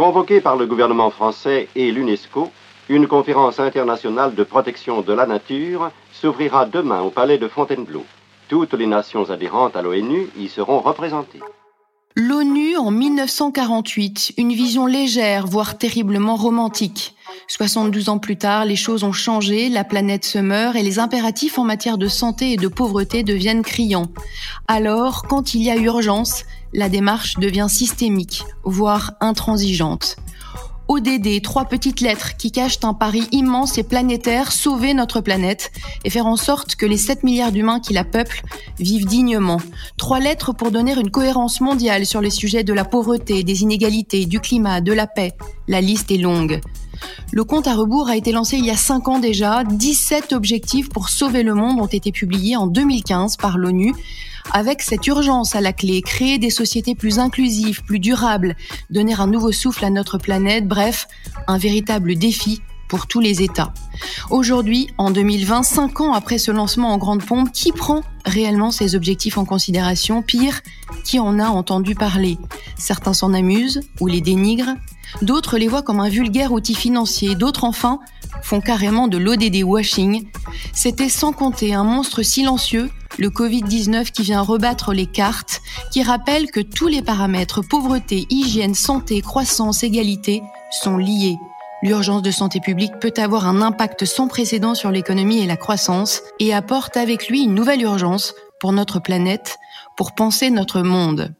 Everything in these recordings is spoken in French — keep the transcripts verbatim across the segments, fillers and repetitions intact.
Convoquée par le gouvernement français et l'UNESCO, une conférence internationale de protection de la nature s'ouvrira demain au palais de Fontainebleau. Toutes les nations adhérentes à l'ONU y seront représentées. L'ONU en mille neuf cent quarante-huit, une vision légère, voire terriblement romantique. soixante-douze ans plus tard, les choses ont changé, la planète se meurt et les impératifs en matière de santé et de pauvreté deviennent criants. Alors, quand il y a urgence, la démarche devient systémique, voire intransigeante. O D D, trois petites lettres qui cachent un pari immense et planétaire, sauver notre planète et faire en sorte que les sept milliards d'humains qui la peuplent vivent dignement. Trois lettres pour donner une cohérence mondiale sur les sujets de la pauvreté, des inégalités, du climat, de la paix. La liste est longue. Le compte à rebours a été lancé il y a cinq ans déjà. dix-sept objectifs pour sauver le monde ont été publiés en deux mille quinze par l'ONU. Avec cette urgence à la clé, créer des sociétés plus inclusives, plus durables, donner un nouveau souffle à notre planète, bref, un véritable défi pour tous les États. Aujourd'hui, en deux mille vingt, cinq ans après ce lancement en grande pompe, qui prend réellement ces objectifs en considération? Pire, qui en a entendu parler? Certains s'en amusent ou les dénigrent, d'autres les voient comme un vulgaire outil financier, d'autres enfin font carrément de l'O D D washing. C'était sans compter un monstre silencieux, le covid dix-neuf qui vient rebattre les cartes, qui rappelle que tous les paramètres pauvreté, hygiène, santé, croissance, égalité sont liés. L'urgence de santé publique peut avoir un impact sans précédent sur l'économie et la croissance et apporte avec lui une nouvelle urgence pour notre planète, pour penser notre monde.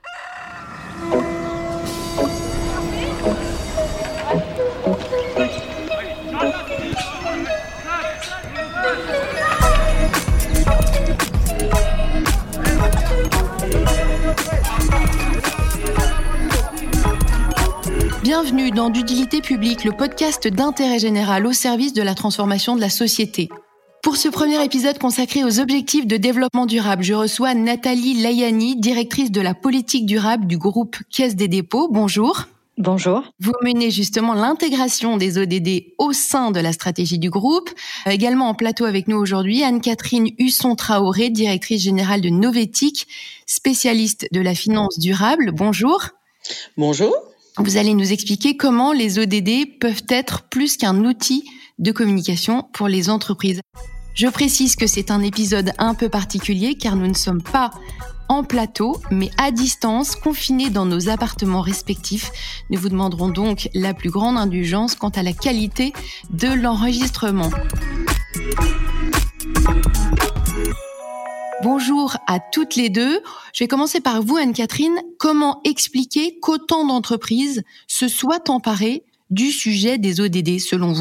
Bienvenue dans d'utilité publique, le podcast d'intérêt général au service de la transformation de la société. Pour ce premier épisode consacré aux objectifs de développement durable, je reçois Nathalie Layani, directrice de la politique durable du groupe Caisse des dépôts. Bonjour. Bonjour. Vous menez justement l'intégration des O D D au sein de la stratégie du groupe. Euh, également en plateau avec nous aujourd'hui, Anne-Catherine Husson-Traoré, directrice générale de Novetic, spécialiste de la finance durable. Bonjour. Bonjour. Vous allez nous expliquer comment les O D D peuvent être plus qu'un outil de communication pour les entreprises. Je précise que c'est un épisode un peu particulier car nous ne sommes pas en plateau, mais à distance, confinés dans nos appartements respectifs. Nous vous demanderons donc la plus grande indulgence quant à la qualité de l'enregistrement. Bonjour à toutes les deux. Je vais commencer par vous, Anne-Catherine. Comment expliquer qu'autant d'entreprises se soient emparées du sujet des O D D, selon vous ?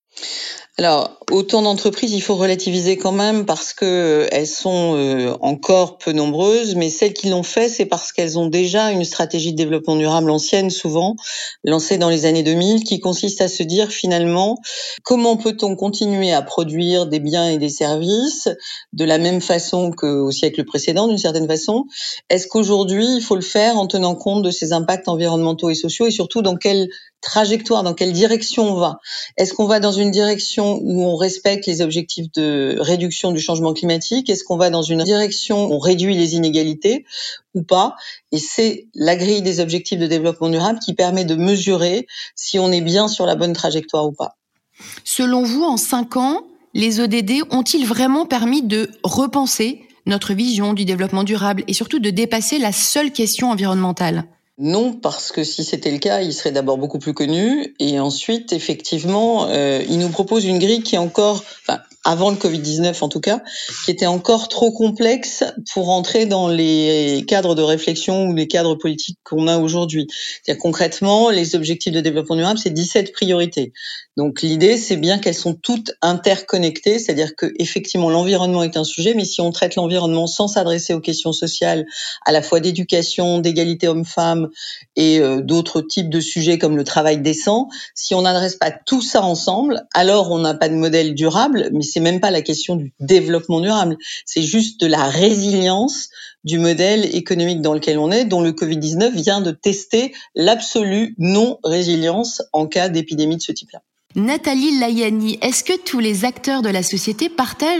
Alors, autant d'entreprises, il faut relativiser quand même parce que elles sont euh, encore peu nombreuses, mais celles qui l'ont fait, c'est parce qu'elles ont déjà une stratégie de développement durable ancienne, souvent lancée dans les années deux mille, qui consiste à se dire finalement comment peut-on continuer à produire des biens et des services de la même façon qu'au siècle précédent, d'une certaine façon. Est-ce qu'aujourd'hui, il faut le faire en tenant compte de ces impacts environnementaux et sociaux et surtout dans quelle trajectoire, dans quelle direction on va? Est-ce qu'on va dans une direction où on respecte les objectifs de réduction du changement climatique? Est-ce qu'on va dans une direction où on réduit les inégalités ou pas? Et c'est la grille des objectifs de développement durable qui permet de mesurer si on est bien sur la bonne trajectoire ou pas. Selon vous, en cinq ans, les O D D ont-ils vraiment permis de repenser notre vision du développement durable et surtout de dépasser la seule question environnementale ? Non, parce que si c'était le cas, il serait d'abord beaucoup plus connu. Et ensuite, effectivement, euh, il nous propose une grille qui est encore, enfin, avant le covid dix-neuf en tout cas, qui était encore trop complexe pour entrer dans les cadres de réflexion ou les cadres politiques qu'on a aujourd'hui. C'est-à-dire concrètement, les objectifs de développement durable, c'est dix-sept priorités. Donc l'idée, c'est bien qu'elles sont toutes interconnectées, c'est-à-dire que effectivement l'environnement est un sujet, mais si on traite l'environnement sans s'adresser aux questions sociales, à la fois d'éducation, d'égalité homme-femme et euh, d'autres types de sujets comme le travail décent, si on n'adresse pas tout ça ensemble, alors on n'a pas de modèle durable, mais c'est même pas la question du développement durable, c'est juste de la résilience du modèle économique dans lequel on est, dont le covid dix-neuf vient de tester l'absolue non-résilience en cas d'épidémie de ce type-là. Nathalie Layani, est-ce que tous les acteurs de la société partagent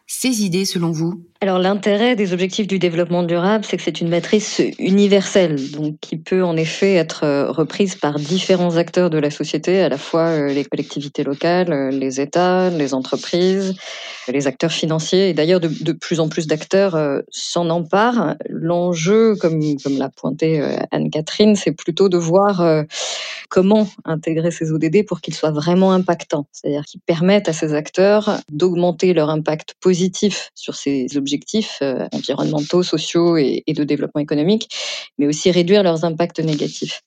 ces idées selon vous ? Alors l'intérêt des objectifs du développement durable, c'est que c'est une matrice universelle, donc qui peut en effet être reprise par différents acteurs de la société, à la fois les collectivités locales, les États, les entreprises, les acteurs financiers, et d'ailleurs de, de plus en plus d'acteurs euh, s'en emparent. L'enjeu, comme, comme l'a pointé euh, Anne-Catherine, c'est plutôt de voir euh, comment intégrer ces O D D pour qu'ils soient vraiment impactants, c'est-à-dire qu'ils permettent à ces acteurs d'augmenter leur impact positif sur ces objectifs euh, environnementaux, sociaux et, et de développement économique, mais aussi réduire leurs impacts négatifs.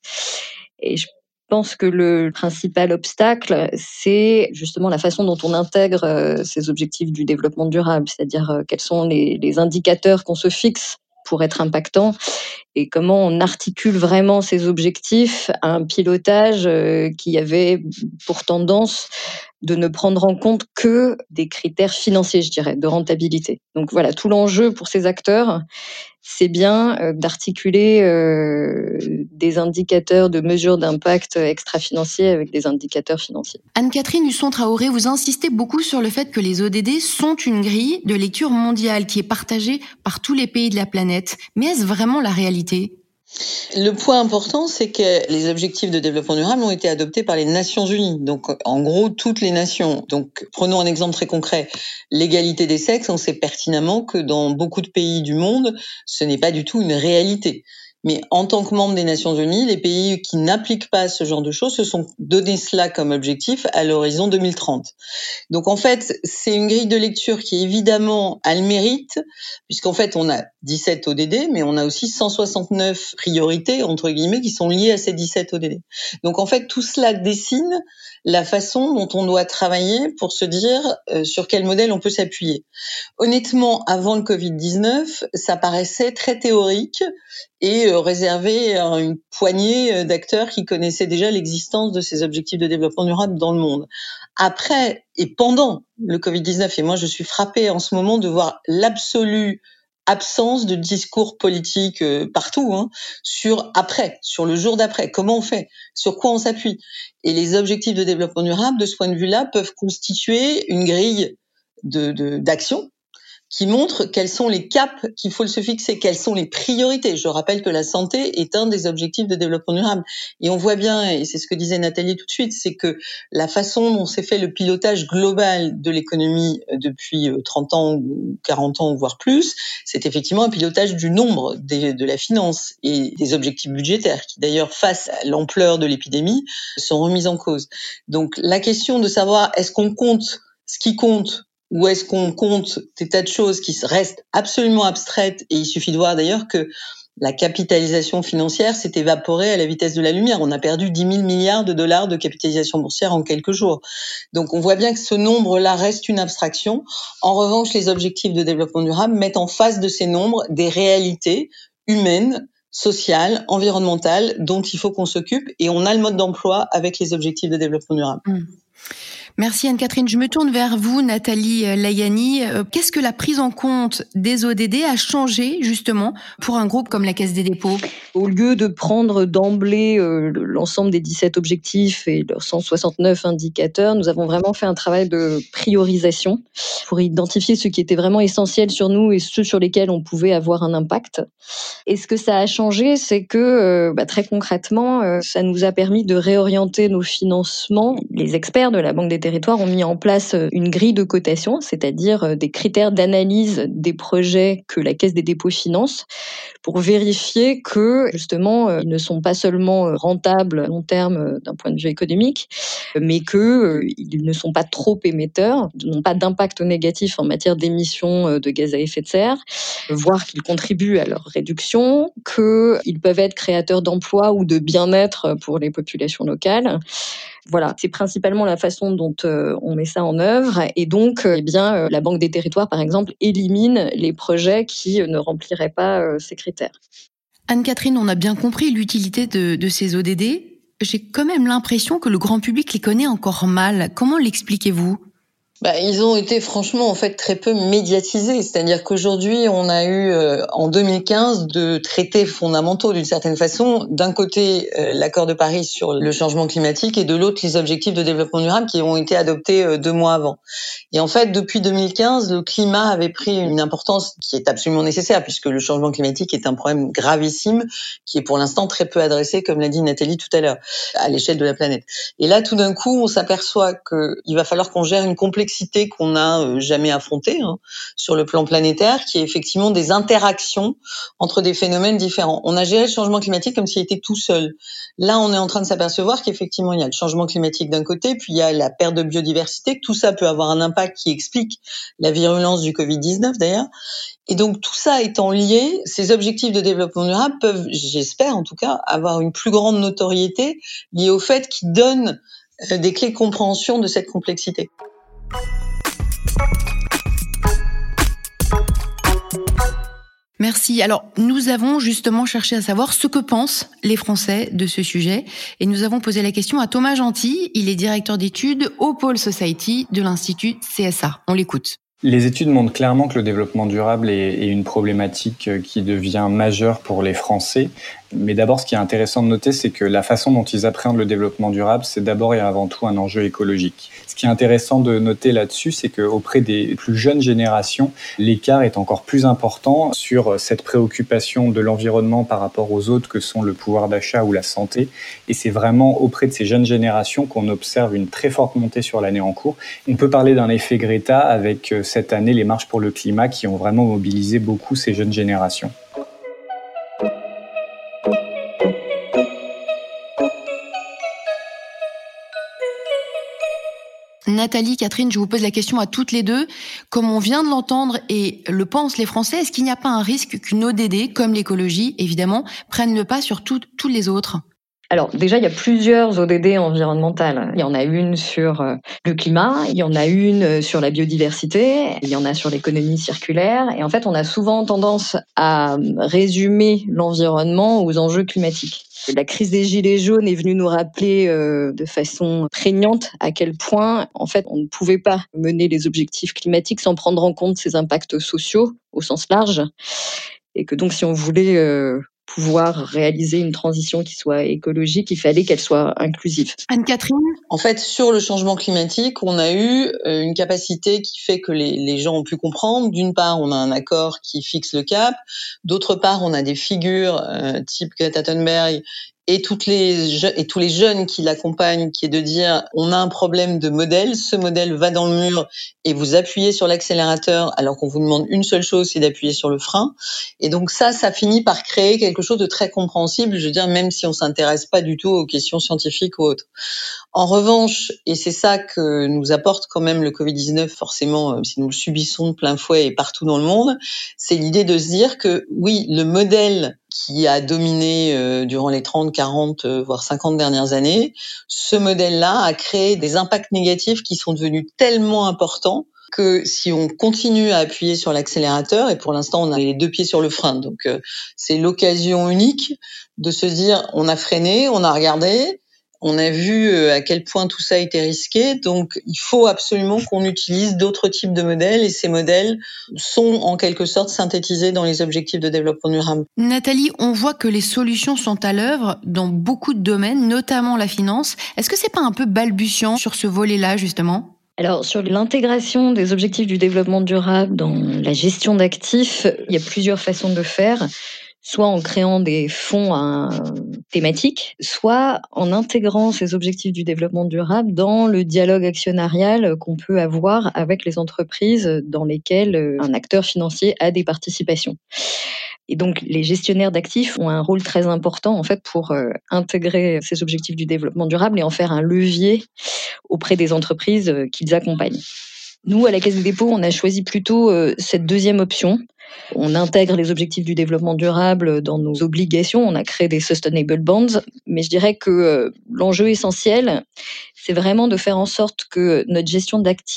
Et je Je pense que le principal obstacle, c'est justement la façon dont on intègre euh, ces objectifs du développement durable, c'est-à-dire euh, quels sont les, les indicateurs qu'on se fixe pour être impactant et comment on articule vraiment ces objectifs à un pilotage euh, qui avait pour tendance de ne prendre en compte que des critères financiers, je dirais, de rentabilité. Donc voilà, tout l'enjeu pour ces acteurs, c'est bien euh, d'articuler euh, des indicateurs de mesure d'impact extra-financiers avec des indicateurs financiers. Anne-Catherine Husson-Traoré, vous insistez beaucoup sur le fait que les O D D sont une grille de lecture mondiale qui est partagée par tous les pays de la planète. Mais est-ce vraiment la réalité ? Le point important, c'est que les objectifs de développement durable ont été adoptés par les Nations Unies. Donc, en gros, toutes les nations. Donc, prenons un exemple très concret. L'égalité des sexes, on sait pertinemment que dans beaucoup de pays du monde, ce n'est pas du tout une réalité. Mais en tant que membre des Nations Unies, les pays qui n'appliquent pas ce genre de choses se sont donné cela comme objectif à l'horizon deux mille trente. Donc en fait, c'est une grille de lecture qui évidemment a le mérite, puisqu'en fait on a dix-sept O D D, mais on a aussi cent soixante-neuf priorités, entre guillemets, qui sont liées à ces dix-sept O D D. Donc en fait, tout cela dessine la façon dont on doit travailler pour se dire euh, sur quel modèle on peut s'appuyer. Honnêtement, avant le covid dix-neuf, ça paraissait très théorique et euh, réservé à une poignée d'acteurs qui connaissaient déjà l'existence de ces objectifs de développement durable dans le monde. Après et pendant le covid dix-neuf, et moi je suis frappée en ce moment de voir l'absolue absence de discours politique euh, partout, hein, sur après, sur le jour d'après, comment on fait, sur quoi on s'appuie. Et les objectifs de développement durable, de ce point de vue-là, peuvent constituer une grille de, de, d'action qui montre quels sont les caps qu'il faut se fixer, quelles sont les priorités. Je rappelle que la santé est un des objectifs de développement durable. Et on voit bien, et c'est ce que disait Nathalie tout de suite, c'est que la façon dont s'est fait le pilotage global de l'économie depuis trente ans ou quarante ans, voire plus, c'est effectivement un pilotage du nombre des, de la finance et des objectifs budgétaires qui, d'ailleurs, face à l'ampleur de l'épidémie, sont remis en cause. Donc, la question de savoir est-ce qu'on compte ce qui compte ou est-ce qu'on compte des tas de choses qui restent absolument abstraites, et il suffit de voir d'ailleurs que la capitalisation financière s'est évaporée à la vitesse de la lumière. On a perdu dix mille milliards de dollars de capitalisation boursière en quelques jours. Donc on voit bien que ce nombre-là reste une abstraction. En revanche, les objectifs de développement durable mettent en face de ces nombres des réalités humaines, sociales, environnementales, dont il faut qu'on s'occupe, et on a le mode d'emploi avec les objectifs de développement durable. Mmh. Merci Anne-Catherine. Je me tourne vers vous, Nathalie Layani. Qu'est-ce que la prise en compte des O D D a changé justement pour un groupe comme la Caisse des dépôts ? Au lieu de prendre d'emblée euh, l'ensemble des dix-sept objectifs et leurs cent soixante-neuf indicateurs, nous avons vraiment fait un travail de priorisation pour identifier ce qui était vraiment essentiel sur nous et ceux sur lesquels on pouvait avoir un impact. Et ce que ça a changé, c'est que euh, bah, très concrètement, euh, ça nous a permis de réorienter nos financements. Les experts de la Banque des territoires ont mis en place une grille de cotation, c'est-à-dire des critères d'analyse des projets que la Caisse des dépôts finance, pour vérifier que, justement, ils ne sont pas seulement rentables à long terme d'un point de vue économique, mais qu'ils ne sont pas trop émetteurs, n'ont pas d'impact négatif en matière d'émissions de gaz à effet de serre, voire qu'ils contribuent à leur réduction, qu'ils peuvent être créateurs d'emplois ou de bien-être pour les populations locales. Voilà, c'est principalement la façon dont euh, on met ça en œuvre. Et donc, euh, eh bien, euh, la Banque des territoires, par exemple, élimine les projets qui euh, ne rempliraient pas euh, ces critères. Anne-Catherine, on a bien compris l'utilité de, de ces O D D. J'ai quand même l'impression que le grand public les connaît encore mal. Comment l'expliquez-vous ? Bah, ils ont été franchement en fait très peu médiatisés. C'est-à-dire qu'aujourd'hui, on a eu euh, en deux mille quinze de traités fondamentaux d'une certaine façon. D'un côté, euh, l'accord de Paris sur le changement climatique et de l'autre, les objectifs de développement durable qui ont été adoptés euh, deux mois avant. Et en fait, depuis deux mille quinze, le climat avait pris une importance qui est absolument nécessaire puisque le changement climatique est un problème gravissime qui est pour l'instant très peu adressé, comme l'a dit Nathalie tout à l'heure, à l'échelle de la planète. Et là, tout d'un coup, on s'aperçoit qu'il va falloir qu'on gère une complexité qu'on n'a jamais affrontée hein, sur le plan planétaire, qui est effectivement des interactions entre des phénomènes différents. On a géré le changement climatique comme s'il était tout seul. Là, on est en train de s'apercevoir qu'effectivement, il y a le changement climatique d'un côté, puis il y a la perte de biodiversité, que tout ça peut avoir un impact qui explique la virulence du covid dix-neuf d'ailleurs. Et donc, tout ça étant lié, ces objectifs de développement durable peuvent, j'espère en tout cas, avoir une plus grande notoriété liée au fait qu'ils donnent des clés de compréhension de cette complexité. Merci. Alors, nous avons justement cherché à savoir ce que pensent les Français de ce sujet et nous avons posé la question à Thomas Gentil. Il est directeur d'études au pôle Society de l'Institut C S A. On l'écoute. Les études montrent clairement que le développement durable est, est une problématique qui devient majeure pour les Français. Mais d'abord, ce qui est intéressant de noter, c'est que la façon dont ils appréhendent le développement durable, c'est d'abord et avant tout un enjeu écologique. Ce qui est intéressant de noter là-dessus, c'est qu'auprès des plus jeunes générations, l'écart est encore plus important sur cette préoccupation de l'environnement par rapport aux autres que sont le pouvoir d'achat ou la santé. Et c'est vraiment auprès de ces jeunes générations qu'on observe une très forte montée sur l'année en cours. On peut parler d'un effet Greta avec cette année les marches pour le climat qui ont vraiment mobilisé beaucoup ces jeunes générations. Nathalie, Catherine, je vous pose la question à toutes les deux. Comme on vient de l'entendre et le pensent les Français, est-ce qu'il n'y a pas un risque qu'une O D D, comme l'écologie, évidemment, prenne le pas sur tout, tous les autres ? Alors déjà, il y a plusieurs O D D environnementales. Il y en a une sur le climat, il y en a une sur la biodiversité, il y en a sur l'économie circulaire. Et en fait, on a souvent tendance à résumer l'environnement aux enjeux climatiques. La crise des Gilets jaunes est venue nous rappeler euh, de façon prégnante à quel point, en fait, on ne pouvait pas mener les objectifs climatiques sans prendre en compte ces impacts sociaux au sens large. Et que donc, si on voulait euh, pouvoir réaliser une transition qui soit écologique, il fallait qu'elle soit inclusive. Anne-Catherine ? En fait, sur le changement climatique, on a eu une capacité qui fait que les, les gens ont pu comprendre. D'une part, on a un accord qui fixe le cap. D'autre part, on a des figures euh, type Greta Thunberg et toutes les je- et tous les jeunes qui l'accompagnent, qui est de dire on a un problème de modèle, ce modèle va dans le mur et vous appuyez sur l'accélérateur alors qu'on vous demande une seule chose, c'est d'appuyer sur le frein. Et donc ça, ça finit par créer quelque chose de très compréhensible, je veux dire, même si on s'intéresse pas du tout aux questions scientifiques ou autres. En revanche, et c'est ça que nous apporte quand même le covid dix-neuf, forcément, si nous le subissons de plein fouet et partout dans le monde, c'est l'idée de se dire que oui, le modèle qui a dominé euh, durant les trente, quarante, euh, voire cinquante dernières années, ce modèle-là a créé des impacts négatifs qui sont devenus tellement importants que si on continue à appuyer sur l'accélérateur, et pour l'instant on a les deux pieds sur le frein, donc euh, c'est l'occasion unique de se dire on a freiné, on a regardé, on a vu à quel point tout ça était risqué, donc il faut absolument qu'on utilise d'autres types de modèles et ces modèles sont en quelque sorte synthétisés dans les objectifs de développement durable. Nathalie, on voit que les solutions sont à l'œuvre dans beaucoup de domaines, notamment la finance. Est-ce que c'est pas un peu balbutiant sur ce volet-là, justement ? Alors, sur l'intégration des objectifs du développement durable dans la gestion d'actifs, il y a plusieurs façons de faire. Soit en créant des fonds hein, thématiques, soit en intégrant ces objectifs du développement durable dans le dialogue actionnarial qu'on peut avoir avec les entreprises dans lesquelles un acteur financier a des participations. Et donc, les gestionnaires d'actifs ont un rôle très important en fait pour euh, intégrer ces objectifs du développement durable et en faire un levier auprès des entreprises euh, qu'ils accompagnent. Nous, à la Caisse des dépôts, on a choisi plutôt euh, cette deuxième option. On intègre les objectifs du développement durable dans nos obligations. On a créé des Sustainable Bonds. Mais je dirais que euh, l'enjeu essentiel, c'est vraiment de faire en sorte que notre gestion d'actifs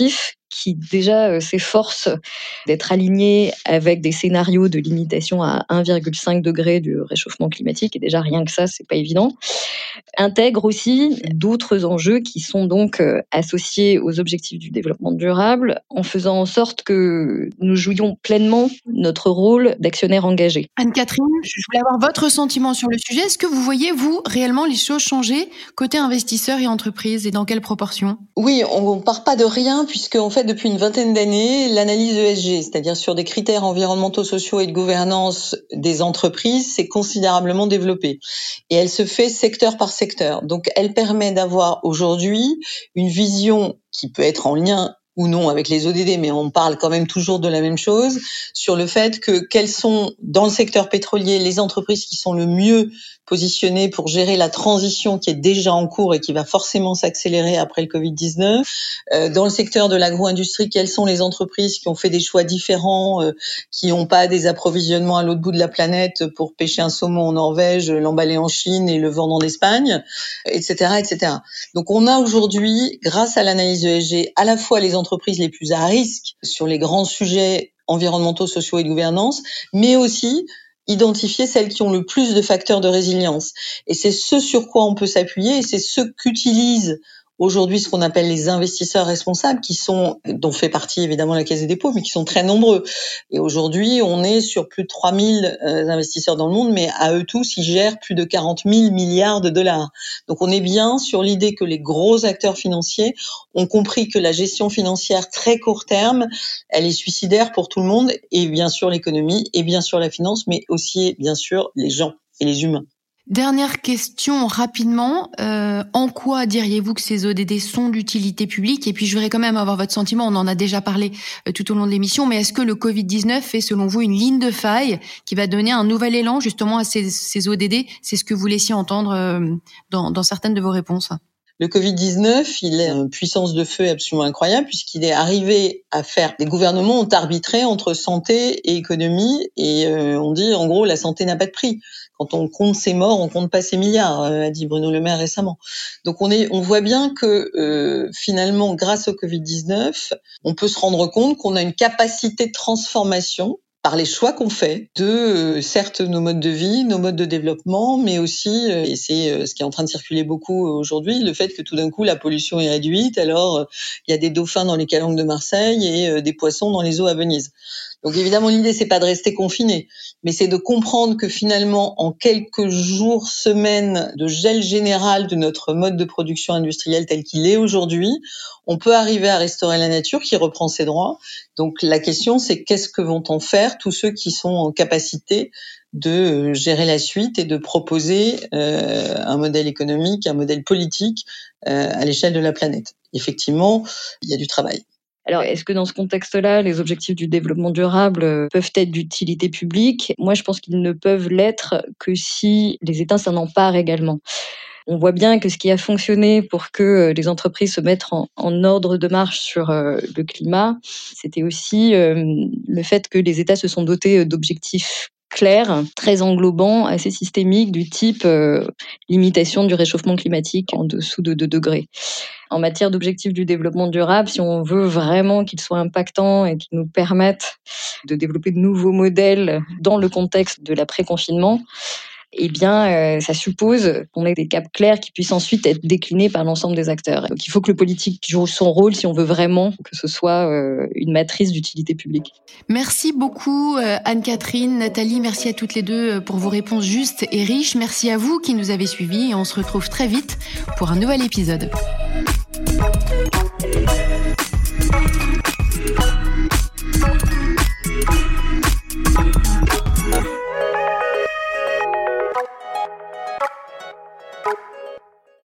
qui déjà s'efforce d'être aligné avec des scénarios de limitation à un virgule cinq degré du réchauffement climatique, et déjà rien que ça, c'est pas évident, intègre aussi d'autres enjeux qui sont donc associés aux objectifs du développement durable, en faisant en sorte que nous jouions pleinement notre rôle d'actionnaire engagé. Anne-Catherine, je voulais avoir votre sentiment sur le sujet. Est-ce que vous voyez, vous, réellement les choses changer côté investisseurs et entreprises, et dans quelle proportion ? Oui, on ne part pas de rien, puisque en fait, depuis une vingtaine d'années, l'analyse E S G, c'est-à-dire sur des critères environnementaux, sociaux et de gouvernance des entreprises, s'est considérablement développée. Et elle se fait secteur par secteur. Donc, elle permet d'avoir aujourd'hui une vision qui peut être en lien ou non avec les O D D, mais on parle quand même toujours de la même chose, sur le fait que quelles sont, dans le secteur pétrolier, les entreprises qui sont le mieux positionnées pour gérer la transition qui est déjà en cours et qui va forcément s'accélérer après le covid dix-neuf. Euh, dans le secteur de l'agro-industrie, quelles sont les entreprises qui ont fait des choix différents, euh, qui n'ont pas des approvisionnements à l'autre bout de la planète pour pêcher un saumon en Norvège, l'emballer en Chine et le vendre en Espagne, et cetera, et cetera. Donc on a aujourd'hui, grâce à l'analyse E S G, à la fois les entreprises les plus à risque sur les grands sujets environnementaux, sociaux et de gouvernance, mais aussi identifier celles qui ont le plus de facteurs de résilience. Et c'est ce sur quoi on peut s'appuyer, et c'est ce qu'utilisent aujourd'hui ce qu'on appelle les investisseurs responsables, qui sont, dont fait partie évidemment la Caisse des dépôts, mais qui sont très nombreux. Et aujourd'hui, on est sur plus de trois mille euh, investisseurs dans le monde, mais à eux tous, ils gèrent plus de quarante mille milliards de dollars. Donc on est bien sur l'idée que les gros acteurs financiers ont compris que la gestion financière très court terme, elle est suicidaire pour tout le monde, et bien sûr l'économie, et bien sûr la finance, mais aussi bien sûr les gens et les humains. Dernière question rapidement, euh, en quoi diriez-vous que ces O D D sont d'utilité publique ? Et puis je voudrais quand même avoir votre sentiment, on en a déjà parlé euh, tout au long de l'émission, mais est-ce que le covid dix-neuf est selon vous une ligne de faille qui va donner un nouvel élan justement à ces, ces O D D ? C'est ce que vous laissiez entendre euh, dans, dans certaines de vos réponses. Le covid dix-neuf, il a une puissance de feu absolument incroyable, puisqu'il est arrivé à faire... Les gouvernements ont arbitré entre santé et économie, et euh, on dit en gros la santé n'a pas de prix. Quand on compte ses morts, on compte pas ses milliards, a dit Bruno Le Maire récemment. Donc on est, on voit bien que euh, finalement, grâce au covid dix-neuf, on peut se rendre compte qu'on a une capacité de transformation par les choix qu'on fait de, euh, certes, nos modes de vie, nos modes de développement, mais aussi, euh, et c'est euh, ce qui est en train de circuler beaucoup aujourd'hui, le fait que tout d'un coup, la pollution est réduite, alors euh, il y a des dauphins dans les calanques de Marseille et euh, des poissons dans les eaux à Venise. Donc évidemment, l'idée, c'est pas de rester confiné, mais c'est de comprendre que finalement, en quelques jours, semaines de gel général de notre mode de production industrielle tel qu'il est aujourd'hui, on peut arriver à restaurer la nature qui reprend ses droits. Donc la question, c'est qu'est-ce que vont en faire tous ceux qui sont en capacité de gérer la suite et de proposer euh, un modèle économique, un modèle politique euh, à l'échelle de la planète. Effectivement, il y a du travail. Alors, est-ce que dans ce contexte-là, les objectifs du développement durable peuvent être d'utilité publique ? Moi, je pense qu'ils ne peuvent l'être que si les États s'en emparent également. On voit bien que ce qui a fonctionné pour que les entreprises se mettent en, en ordre de marche sur euh, le climat, c'était aussi euh, le fait que les États se sont dotés d'objectifs clairs, très englobants, assez systémiques, du type euh, limitation du réchauffement climatique en dessous de deux degrés. En matière d'objectifs du développement durable, si on veut vraiment qu'ils soient impactants et qu'ils nous permettent de développer de nouveaux modèles dans le contexte de l'après-confinement, eh bien, euh, ça suppose qu'on ait des caps clairs qui puissent ensuite être déclinés par l'ensemble des acteurs. Donc, il faut que le politique joue son rôle si on veut vraiment que ce soit euh, une matrice d'utilité publique. Merci beaucoup euh, Anne-Catherine, Nathalie, merci à toutes les deux pour vos réponses justes et riches. Merci à vous qui nous avez suivis et on se retrouve très vite pour un nouvel épisode.